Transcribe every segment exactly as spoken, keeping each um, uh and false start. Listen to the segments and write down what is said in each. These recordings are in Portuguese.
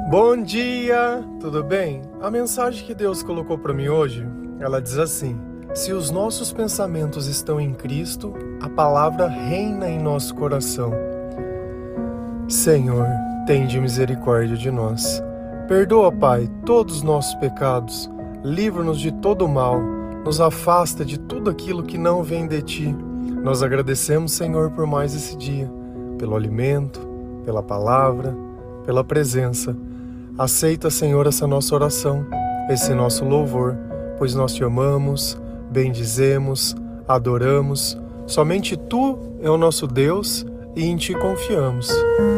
Bom dia, tudo bem? A mensagem que Deus colocou para mim hoje, ela diz assim: se os nossos pensamentos estão em Cristo, a palavra reina em nosso coração. Senhor, tende misericórdia de nós. Perdoa, Pai, todos os nossos pecados, livra-nos de todo o mal, nos afasta de tudo aquilo que não vem de Ti. Nós agradecemos, Senhor, por mais esse dia, pelo alimento, pela palavra, pela presença. Aceita, Senhor, essa nossa oração, esse nosso louvor, pois nós Te amamos, bendizemos, adoramos. Somente Tu é o nosso Deus e em Ti confiamos.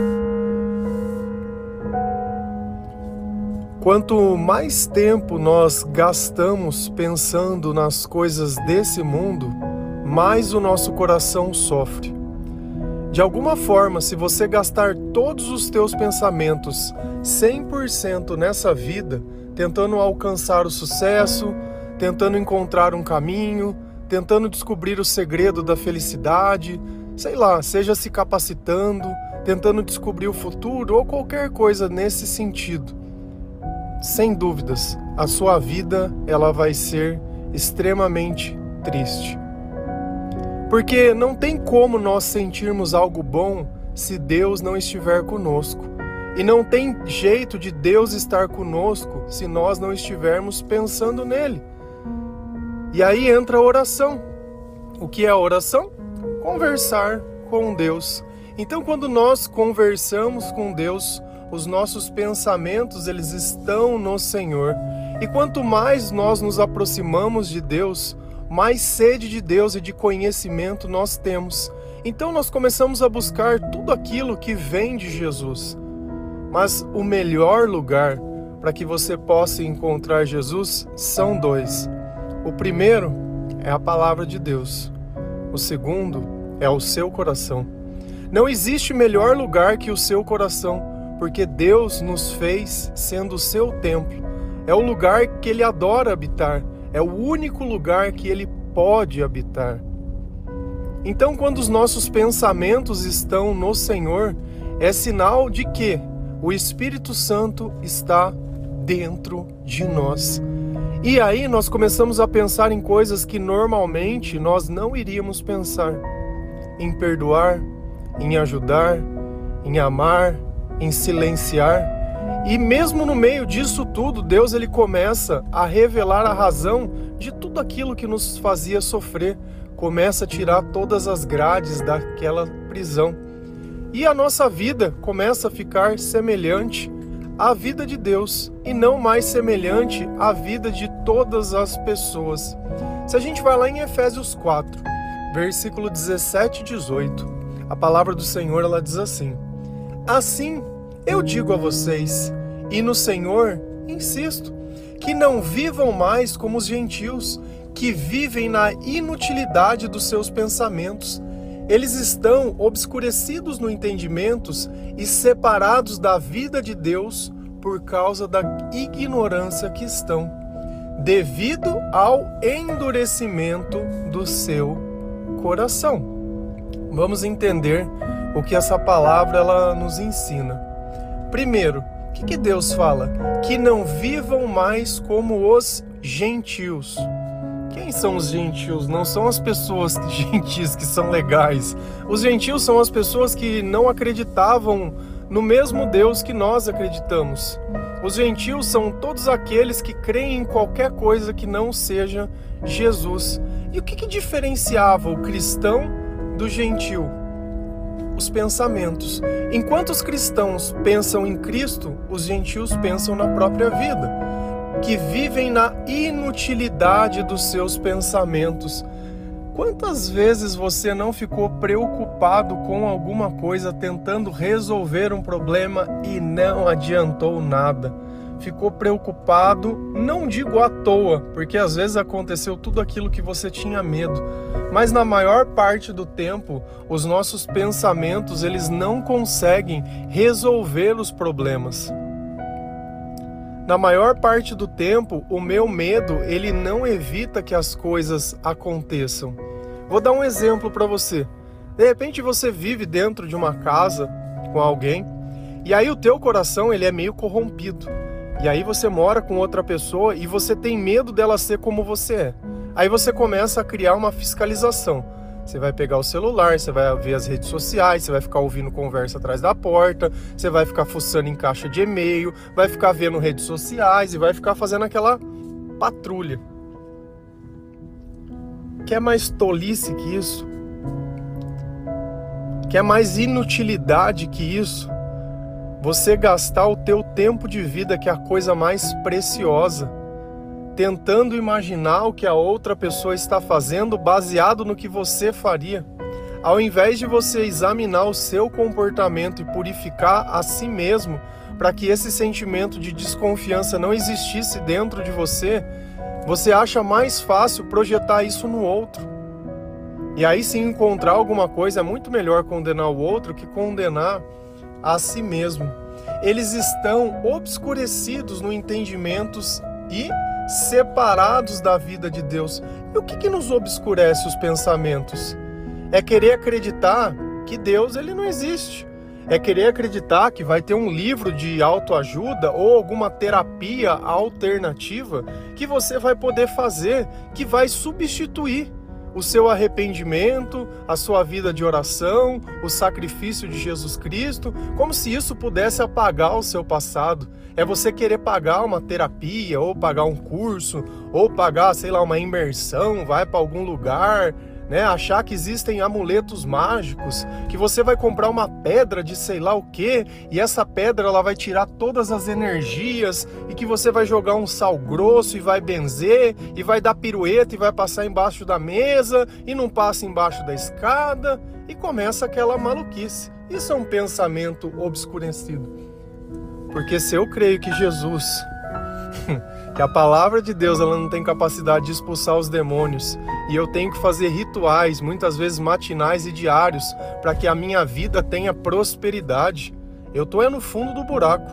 Quanto mais tempo nós gastamos pensando nas coisas desse mundo, mais o nosso coração sofre. De alguma forma, se você gastar todos os teus pensamentos cem por cento nessa vida, tentando alcançar o sucesso, tentando encontrar um caminho, tentando descobrir o segredo da felicidade, sei lá, seja se capacitando, tentando descobrir o futuro ou qualquer coisa nesse sentido, sem dúvidas, a sua vida ela vai ser extremamente triste. Porque não tem como nós sentirmos algo bom se Deus não estiver conosco. E não tem jeito de Deus estar conosco se nós não estivermos pensando nele. E aí entra a oração. O que é a oração? Conversar com Deus. Então, quando nós conversamos com Deus, os nossos pensamentos eles estão no Senhor. E quanto mais nós nos aproximamos de Deus, mais sede de Deus e de conhecimento nós temos. Então nós começamos a buscar tudo aquilo que vem de Jesus. Mas o melhor lugar para que você possa encontrar Jesus são dois. O primeiro é a palavra de Deus. O segundo é o seu coração. Não existe melhor lugar que o seu coração, porque Deus nos fez sendo o seu templo. É o lugar que Ele adora habitar. É o único lugar que Ele pode habitar. Então, quando os nossos pensamentos estão no Senhor, é sinal de que o Espírito Santo está dentro de nós. E aí nós começamos a pensar em coisas que normalmente nós não iríamos pensar. Em perdoar, em ajudar, em amar, em silenciar. E mesmo no meio disso tudo, Deus ele começa a revelar a razão de tudo aquilo que nos fazia sofrer. Começa a tirar todas as grades daquela prisão. E a nossa vida começa a ficar semelhante à vida de Deus e não mais semelhante à vida de todas as pessoas. Se a gente vai lá em Efésios quatro, versículo dezessete e dezoito, a palavra do Senhor ela diz assim: assim eu digo a vocês, e no Senhor insisto, que não vivam mais como os gentios, que vivem na inutilidade dos seus pensamentos. Eles estão obscurecidos no entendimento e separados da vida de Deus por causa da ignorância que estão, devido ao endurecimento do seu coração. Vamos entender o que essa palavra ela nos ensina. Primeiro, o que, que Deus fala? Que não vivam mais como os gentios. Quem são os gentios? Não são as pessoas gentis que são legais. Os gentios são as pessoas que não acreditavam no mesmo Deus que nós acreditamos. Os gentios são todos aqueles que creem em qualquer coisa que não seja Jesus. E o que, que diferenciava o cristão do gentio? Os pensamentos. Enquanto os cristãos pensam em Cristo, os gentios pensam na própria vida, que vivem na inutilidade dos seus pensamentos. Quantas vezes você não ficou preocupado com alguma coisa, tentando resolver um problema e não adiantou nada? Ficou preocupado, não digo à toa, porque às vezes aconteceu tudo aquilo que você tinha medo, mas na maior parte do tempo, os nossos pensamentos eles não conseguem resolver os problemas. Na maior parte do tempo, o meu medo ele não evita que as coisas aconteçam. Vou dar um exemplo para você. De repente você vive dentro de uma casa com alguém E aí o teu coração, ele é meio corrompido. E aí você mora com outra pessoa e você tem medo dela ser como você é. Aí você começa a criar uma fiscalização. Você vai pegar o celular, você vai ver as redes sociais, você vai ficar ouvindo conversa atrás da porta, você vai ficar fuçando em caixa de e-mail, vai ficar vendo redes sociais e vai ficar fazendo aquela patrulha. Quer mais tolice que isso? Quer mais inutilidade que isso? Você gastar o teu tempo de vida, que é a coisa mais preciosa, tentando imaginar o que a outra pessoa está fazendo baseado no que você faria, ao invés de você examinar o seu comportamento e purificar a si mesmo, para que esse sentimento de desconfiança não existisse dentro de você, você acha mais fácil projetar isso no outro. E aí, se encontrar alguma coisa, é muito melhor condenar o outro que condenar a si mesmo. Eles estão obscurecidos no entendimento e separados da vida de Deus. E o que, que nos obscurece os pensamentos? É querer acreditar que Deus ele não existe. É querer acreditar que vai ter um livro de autoajuda ou alguma terapia alternativa que você vai poder fazer, que vai substituir o seu arrependimento, a sua vida de oração, o sacrifício de Jesus Cristo, como se isso pudesse apagar o seu passado. É você querer pagar uma terapia, ou pagar um curso, ou pagar, sei lá, uma imersão, vai para algum lugar, né? Achar que existem amuletos mágicos, que você vai comprar uma pedra de sei lá o quê, e essa pedra ela vai tirar todas as energias, e que você vai jogar um sal grosso e vai benzer, e vai dar pirueta e vai passar embaixo da mesa, e não passa embaixo da escada, e começa aquela maluquice. Isso é um pensamento obscurecido. Porque se eu creio que Jesus, que a palavra de Deus ela não tem capacidade de expulsar os demônios, e eu tenho que fazer rituais, muitas vezes matinais e diários, para que a minha vida tenha prosperidade, eu tô é no fundo do buraco.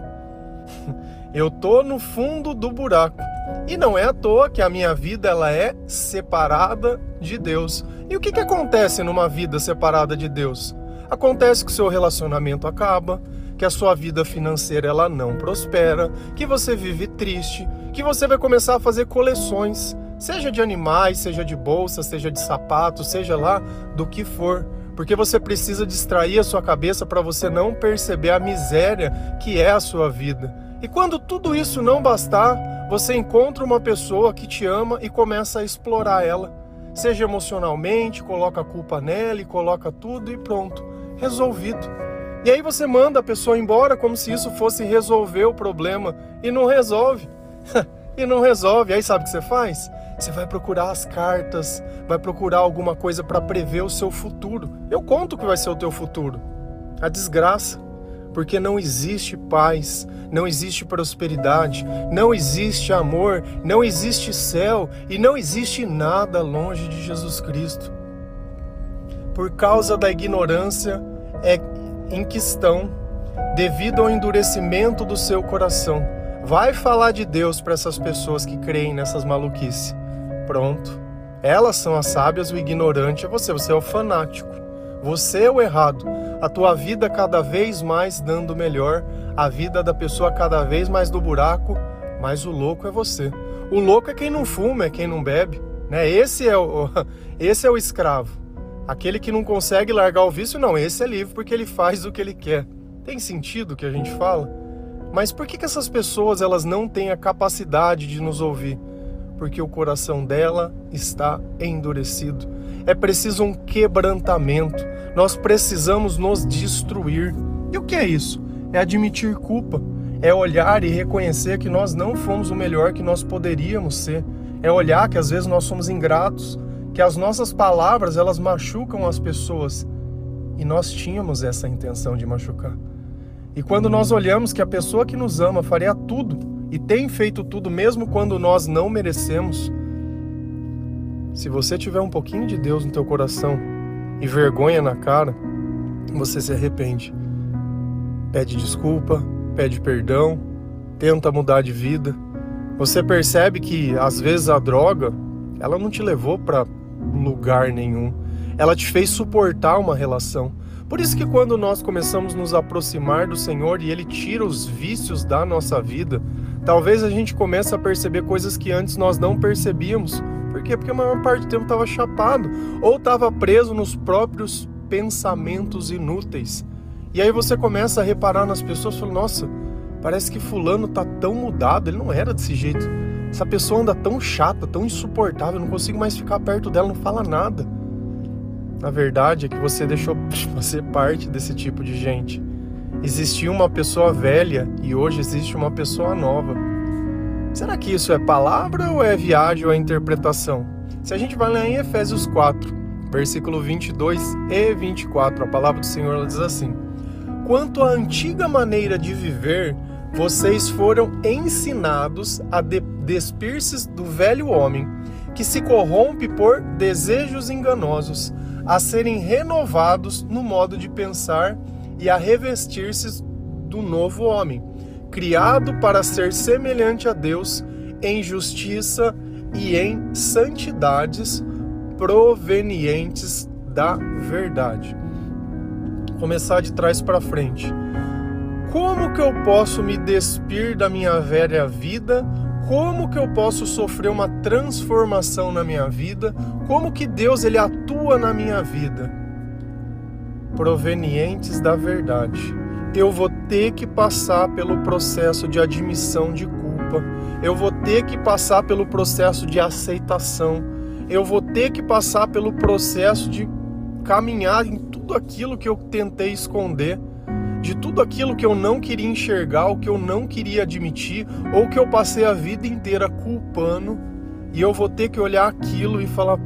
Eu tô no fundo do buraco. E não é à toa que a minha vida ela é separada de Deus. E o que, que acontece numa vida separada de Deus? Acontece que o seu relacionamento acaba, que a sua vida financeira ela não prospera, que você vive triste, que você vai começar a fazer coleções, seja de animais, seja de bolsas, seja de sapatos, seja lá do que for, porque você precisa distrair a sua cabeça para você não perceber a miséria que é a sua vida. E quando tudo isso não bastar, você encontra uma pessoa que te ama e começa a explorar ela, seja emocionalmente, coloca a culpa nela e coloca tudo e pronto, resolvido. E aí você manda a pessoa embora como se isso fosse resolver o problema. E não resolve. E não resolve. Aí sabe o que você faz? Você vai procurar as cartas, vai procurar alguma coisa para prever o seu futuro. Eu conto o que vai ser o teu futuro. A desgraça. Porque não existe paz, não existe prosperidade, não existe amor, não existe céu e não existe nada longe de Jesus Cristo. Por causa da ignorância é em que estão, devido ao endurecimento do seu coração. Vai falar de Deus para essas pessoas que creem nessas maluquices. Pronto. Elas são as sábias, o ignorante é você. Você é o fanático. Você é o errado. A tua vida cada vez mais dando melhor. A vida da pessoa cada vez mais do buraco. Mas o louco é você. O louco é quem não fuma, é quem não bebe, né? Esse é o, esse é o escravo. Aquele que não consegue largar o vício, não, esse é livre porque ele faz o que ele quer. Tem sentido o que a gente fala? Mas por que que essas pessoas elas não têm a capacidade de nos ouvir? Porque o coração dela está endurecido. É preciso um quebrantamento. Nós precisamos nos destruir. E o que é isso? É admitir culpa. É olhar e reconhecer que nós não fomos o melhor que nós poderíamos ser. É olhar que às vezes nós somos ingratos, que as nossas palavras elas machucam as pessoas. E nós tínhamos essa intenção de machucar. E quando nós olhamos que a pessoa que nos ama faria tudo e tem feito tudo mesmo quando nós não merecemos, se você tiver um pouquinho de Deus no teu coração e vergonha na cara, você se arrepende. Pede desculpa, pede perdão, tenta mudar de vida. Você percebe que às vezes a droga, ela não te levou para lugar nenhum. Ela te fez suportar uma relação. Por isso que quando nós começamos a nos aproximar do Senhor e Ele tira os vícios da nossa vida, talvez a gente comece a perceber coisas que antes nós não percebíamos. Por quê? Porque a maior parte do tempo estava chapado ou estava preso nos próprios pensamentos inúteis. E aí você começa a reparar nas pessoas e fala, nossa, parece que fulano tá tão mudado, ele não era desse jeito. Essa pessoa anda tão chata, tão insuportável, eu não consigo mais ficar perto dela, não fala nada. Na verdade é que você deixou fazer parte desse tipo de gente. Existia uma pessoa velha e hoje existe uma pessoa nova. Será que isso é palavra ou é viagem ou é interpretação? Se a gente vai ler em Efésios quatro, versículo vinte e dois e vinte e quatro, a palavra do Senhor ela diz assim: quanto à antiga maneira de viver, vocês foram ensinados a de- despir-se do velho homem, que se corrompe por desejos enganosos, a serem renovados no modo de pensar e a revestir-se do novo homem, criado para ser semelhante a Deus em justiça e em santidades provenientes da verdade. Vou começar de trás para frente. Como que eu posso me despir da minha velha vida? Como que eu posso sofrer uma transformação na minha vida? Como que Deus ele atua na minha vida? Provenientes da verdade. Eu vou ter que passar pelo processo de admissão de culpa. Eu vou ter que passar pelo processo de aceitação. Eu vou ter que passar pelo processo de caminhar em tudo aquilo que eu tentei esconder, de tudo aquilo que eu não queria enxergar, o que eu não queria admitir, ou que eu passei a vida inteira culpando, e eu vou ter que olhar aquilo e falar,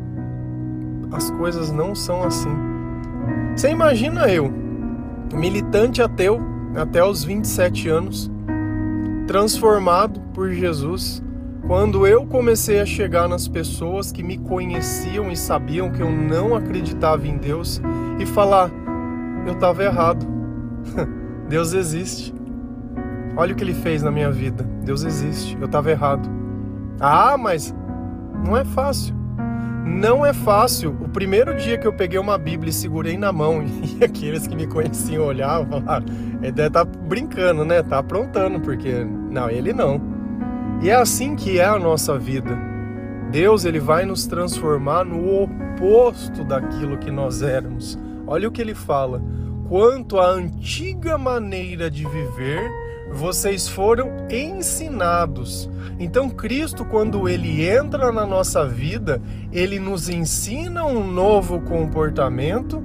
as coisas não são assim. Você imagina eu, militante ateu, até os vinte e sete anos, transformado por Jesus, quando eu comecei a chegar nas pessoas que me conheciam e sabiam que eu não acreditava em Deus, e falar, eu estava errado. Deus existe. Olha o que Ele fez na minha vida. Deus existe. Eu estava errado. Ah, mas não é fácil. Não é fácil. O primeiro dia que eu peguei uma Bíblia e segurei na mão, e aqueles que me conheciam olhavam e falaram, ele deve estar brincando, né? Tá aprontando, porque... Não, ele não. E é assim que é a nossa vida. Deus, Ele vai nos transformar no oposto daquilo que nós éramos. Olha o que Ele fala. Quanto à antiga maneira de viver, vocês foram ensinados. Então Cristo, quando Ele entra na nossa vida, Ele nos ensina um novo comportamento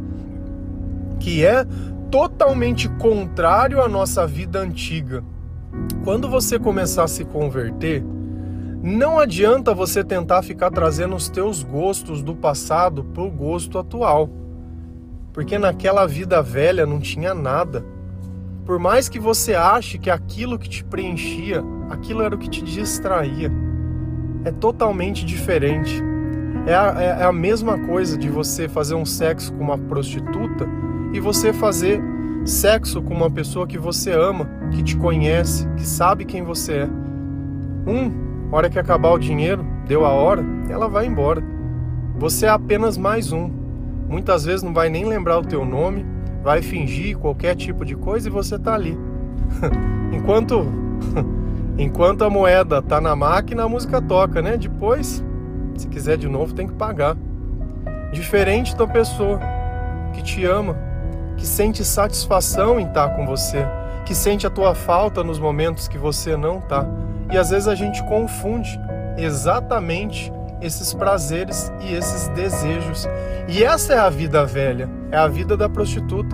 que é totalmente contrário à nossa vida antiga. Quando você começar a se converter, não adianta você tentar ficar trazendo os teus gostos do passado para o gosto atual. Porque naquela vida velha não tinha nada. Por mais que você ache que aquilo que te preenchia, aquilo era o que te distraía. É totalmente diferente. É a, é a mesma coisa de você fazer um sexo com uma prostituta e você fazer sexo com uma pessoa que você ama, que te conhece, que sabe quem você é. Um, hora que acabar o dinheiro, deu a hora, ela vai embora. Você é apenas mais um. Muitas vezes não vai nem lembrar o teu nome, vai fingir qualquer tipo de coisa e você tá ali. Enquanto, enquanto a moeda tá na máquina, a música toca, né? Depois, se quiser de novo, tem que pagar. Diferente da pessoa que te ama, que sente satisfação em estar com você, que sente a tua falta nos momentos que você não tá. E às vezes a gente confunde exatamente esses prazeres e esses desejos. E essa é a vida velha, é a vida da prostituta.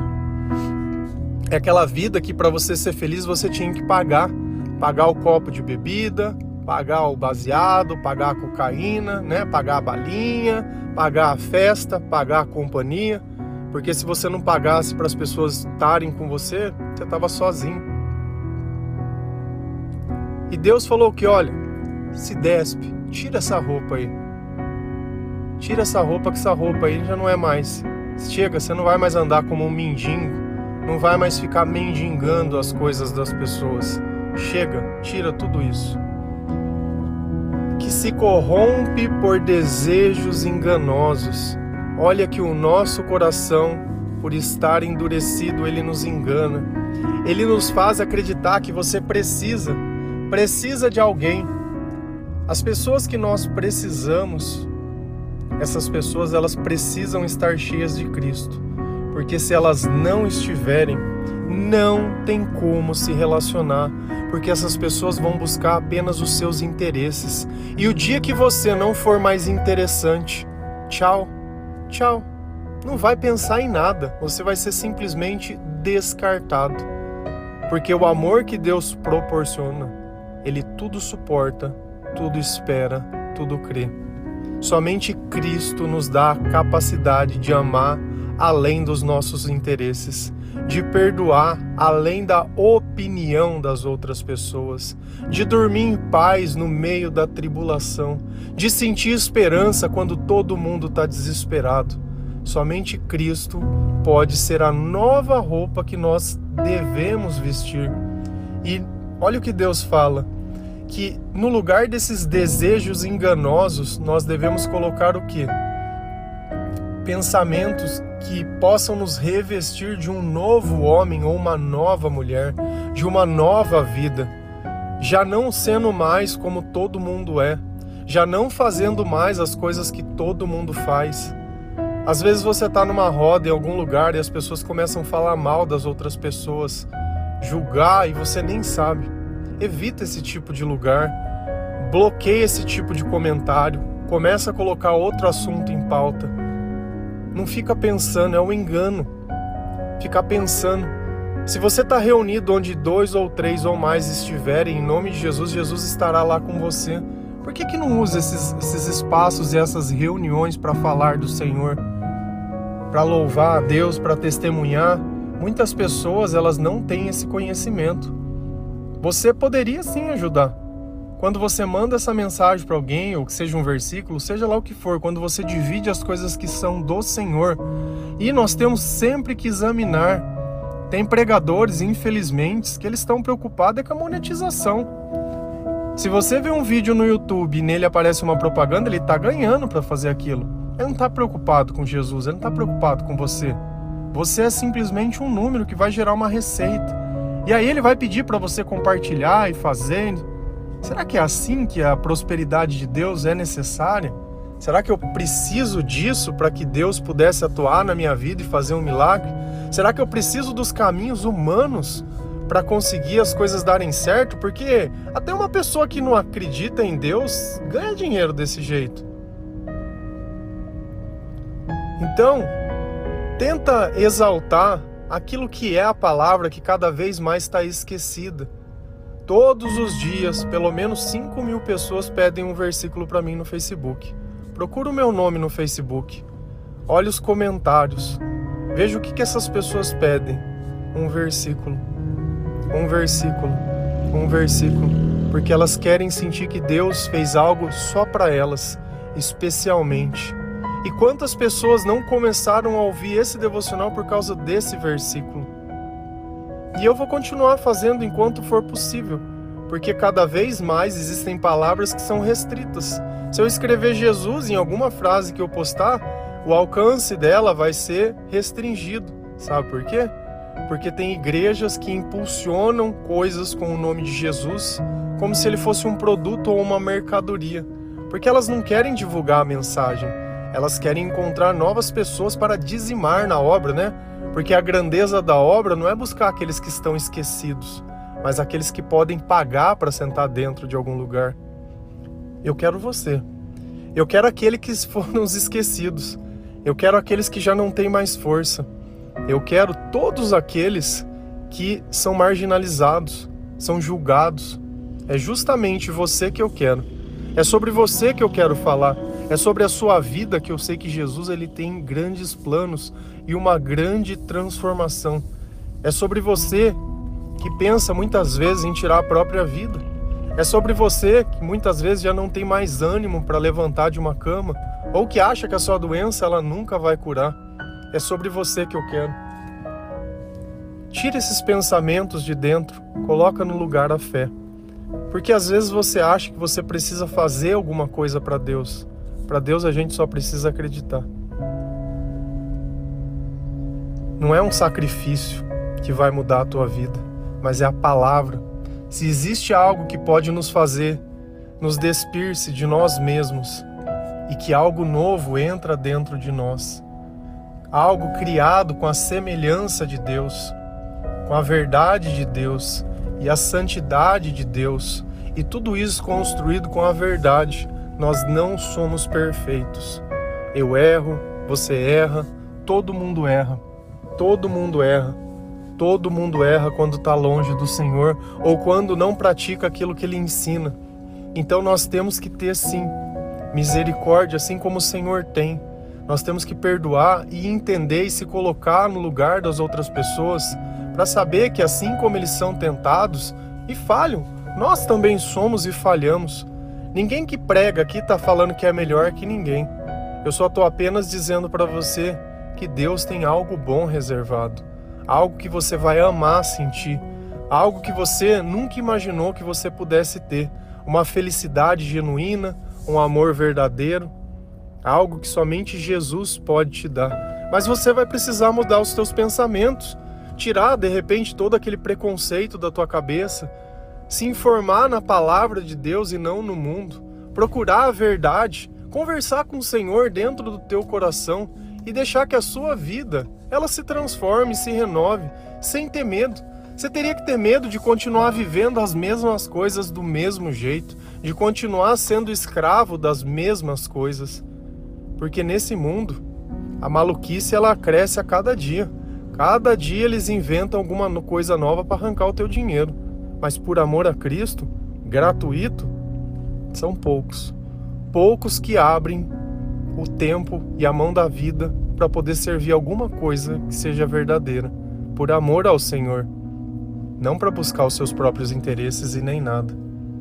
É aquela vida que para você ser feliz você tinha que pagar. Pagar o copo de bebida, pagar o baseado, pagar a cocaína, né? Pagar a balinha, pagar a festa, pagar a companhia. Porque se você não pagasse para as pessoas estarem com você, você estava sozinho. E Deus falou que, olha, se despe, tira essa roupa aí. Tira essa roupa, que essa roupa aí já não é mais. Chega, você não vai mais andar como um mendigo. Não vai mais ficar mendigando as coisas das pessoas. Chega, tira tudo isso. Que se corrompe por desejos enganosos. Olha que o nosso coração por estar endurecido, ele nos engana. Ele nos faz acreditar que você precisa, precisa de alguém. As pessoas que nós precisamos, essas pessoas, elas precisam estar cheias de Cristo. Porque se elas não estiverem, não tem como se relacionar. Porque essas pessoas vão buscar apenas os seus interesses. E o dia que você não for mais interessante, tchau, tchau. Não vai pensar em nada. Você vai ser simplesmente descartado. Porque o amor que Deus proporciona, Ele tudo suporta, tudo espera, tudo crê. Somente Cristo nos dá a capacidade de amar além dos nossos interesses, de perdoar além da opinião das outras pessoas, de dormir em paz no meio da tribulação, de sentir esperança quando todo mundo está desesperado. Somente Cristo pode ser a nova roupa que nós devemos vestir. E olha o que Deus fala, que no lugar desses desejos enganosos, nós devemos colocar o quê? Pensamentos que possam nos revestir de um novo homem ou uma nova mulher, de uma nova vida, já não sendo mais como todo mundo é, já não fazendo mais as coisas que todo mundo faz. Às vezes você está numa roda em algum lugar e as pessoas começam a falar mal das outras pessoas, julgar e você nem sabe. Evita esse tipo de lugar, bloqueia esse tipo de comentário, começa a colocar outro assunto em pauta. Não fica pensando, é um engano. Ficar pensando. Se você está reunido onde dois ou três ou mais estiverem, em nome de Jesus, Jesus estará lá com você. Por que que não usa esses, esses espaços e essas reuniões para falar do Senhor? Para louvar a Deus, para testemunhar? Muitas pessoas, elas não têm esse conhecimento. Você poderia sim ajudar. Quando você manda essa mensagem para alguém, ou que seja um versículo, seja lá o que for, quando você divide as coisas que são do Senhor, e nós temos sempre que examinar. Tem pregadores, infelizmente, que eles estão preocupados com a monetização. Se você vê um vídeo no YouTube e nele aparece uma propaganda, ele está ganhando para fazer aquilo. Ele não está preocupado com Jesus, ele não está preocupado com você. Você é simplesmente um número que vai gerar uma receita. E aí ele vai pedir para você compartilhar e fazer. Será que é assim que a prosperidade de Deus é necessária? Será que eu preciso disso para que Deus pudesse atuar na minha vida e fazer um milagre? Será que eu preciso dos caminhos humanos para conseguir as coisas darem certo? Porque até uma pessoa que não acredita em Deus ganha dinheiro desse jeito. Então, tenta exaltar aquilo que é a palavra que cada vez mais está esquecida. Todos os dias, pelo menos cinco mil pessoas pedem um versículo para mim no Facebook. Procura o meu nome no Facebook. Olha os comentários. Veja o que, que essas pessoas pedem. Um versículo. Um versículo. Um versículo. Porque elas querem sentir que Deus fez algo só para elas, especialmente. E quantas pessoas não começaram a ouvir esse devocional por causa desse versículo? E eu vou continuar fazendo enquanto for possível, porque cada vez mais existem palavras que são restritas. Se eu escrever Jesus em alguma frase que eu postar, o alcance dela vai ser restringido. Sabe por quê? Porque tem igrejas que impulsionam coisas com o nome de Jesus como se ele fosse um produto ou uma mercadoria, porque elas não querem divulgar a mensagem, elas querem encontrar novas pessoas para dizimar na obra, né? Porque a grandeza da obra não é buscar aqueles que estão esquecidos, mas aqueles que podem pagar para sentar dentro de algum lugar. Eu quero você. Eu quero aqueles que foram os esquecidos. Eu quero aqueles que já não têm mais força. Eu quero todos aqueles que são marginalizados, são julgados. É justamente você que eu quero. É sobre você que eu quero falar. É sobre a sua vida que eu sei que Jesus ele tem grandes planos e uma grande transformação. É sobre você que pensa muitas vezes em tirar a própria vida. É sobre você que muitas vezes já não tem mais ânimo para levantar de uma cama ou que acha que a sua doença ela nunca vai curar. É sobre você que eu quero. Tira esses pensamentos de dentro, coloca no lugar a fé. Porque às vezes você acha que você precisa fazer alguma coisa para Deus. Para Deus a gente só precisa acreditar. Não é um sacrifício que vai mudar a tua vida, mas é a palavra. Se existe algo que pode nos fazer nos despir-se de nós mesmos e que algo novo entra dentro de nós, algo criado com a semelhança de Deus, com a verdade de Deus e a santidade de Deus, e tudo isso construído com a verdade. Nós não somos perfeitos. Eu erro, você erra, todo mundo erra, todo mundo erra. Todo mundo erra quando está longe do Senhor ou quando não pratica aquilo que Ele ensina. Então nós temos que ter sim misericórdia, assim como o Senhor tem. Nós temos que perdoar e entender e se colocar no lugar das outras pessoas para saber que assim como eles são tentados e falham, nós também somos e falhamos. Ninguém que prega aqui está falando que é melhor que ninguém. Eu só estou apenas dizendo para você que Deus tem algo bom reservado. Algo que você vai amar sentir, algo que você nunca imaginou que você pudesse ter, uma felicidade genuína, um amor verdadeiro, algo que somente Jesus pode te dar. Mas você vai precisar mudar os teus pensamentos, tirar de repente todo aquele preconceito da tua cabeça, se informar na palavra de Deus e não no mundo, procurar a verdade, conversar com o Senhor dentro do teu coração e deixar que a sua vida ela se transforme, se renove, sem ter medo. Você teria que ter medo de continuar vivendo as mesmas coisas do mesmo jeito, de continuar sendo escravo das mesmas coisas. Porque nesse mundo, a maluquice ela cresce a cada dia. Cada dia eles inventam alguma coisa nova para arrancar o teu dinheiro. Mas por amor a Cristo, gratuito, são poucos. Poucos que abrem o tempo e a mão da vida para poder servir alguma coisa que seja verdadeira, por amor ao Senhor, não para buscar os seus próprios interesses e nem nada.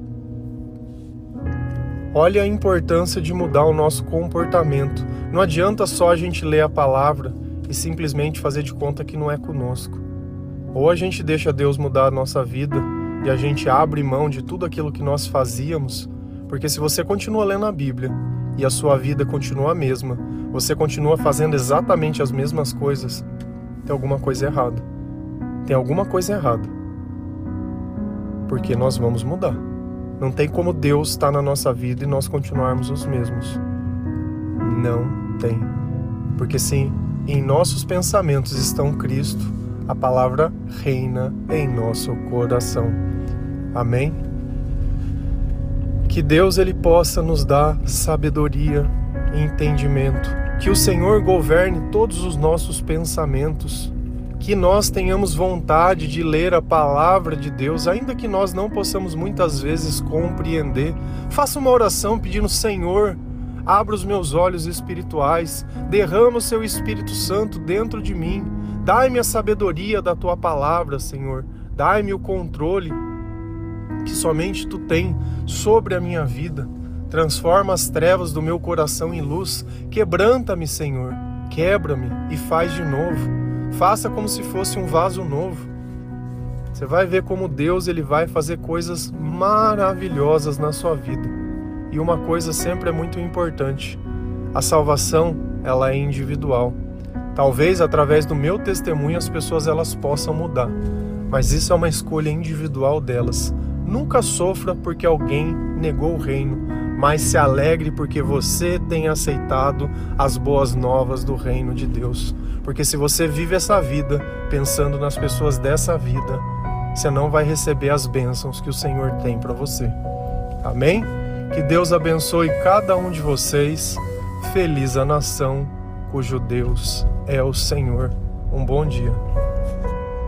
Olha a importância de mudar o nosso comportamento. Não adianta só a gente ler a palavra e simplesmente fazer de conta que não é conosco. Ou a gente deixa Deus mudar a nossa vida e a gente abre mão de tudo aquilo que nós fazíamos, porque se você continua lendo a Bíblia e a sua vida continua a mesma, você continua fazendo exatamente as mesmas coisas, tem alguma coisa errada. Tem alguma coisa errada. Porque nós vamos mudar. Não tem como Deus estar na nossa vida e nós continuarmos os mesmos. Não tem. Porque sim, em nossos pensamentos estão Cristo, a palavra reina em nosso coração. Amém? Que Deus ele possa nos dar sabedoria e entendimento. Que o Senhor governe todos os nossos pensamentos. Que nós tenhamos vontade de ler a palavra de Deus, ainda que nós não possamos muitas vezes compreender. Faça uma oração pedindo: Senhor, abra os meus olhos espirituais, derrama o seu Espírito Santo dentro de mim. Dai-me a sabedoria da tua palavra, Senhor. Dai-me o controle que somente tu tem sobre a minha vida. Transforma as trevas do meu coração em luz. Quebranta-me, Senhor. Quebra-me e faz de novo. Faça como se fosse um vaso novo. Você vai ver como Deus ele vai fazer coisas maravilhosas na sua vida. E uma coisa sempre é muito importante. A salvação, ela é individual. Talvez através do meu testemunho as pessoas elas possam mudar. Mas isso é uma escolha individual delas. Nunca sofra porque alguém negou o reino, mas se alegre porque você tem aceitado as boas novas do reino de Deus. Porque se você vive essa vida pensando nas pessoas dessa vida, você não vai receber as bênçãos que o Senhor tem para você. Amém? Que Deus abençoe cada um de vocês. Feliz a nação cujo Deus é o Senhor. Um bom dia.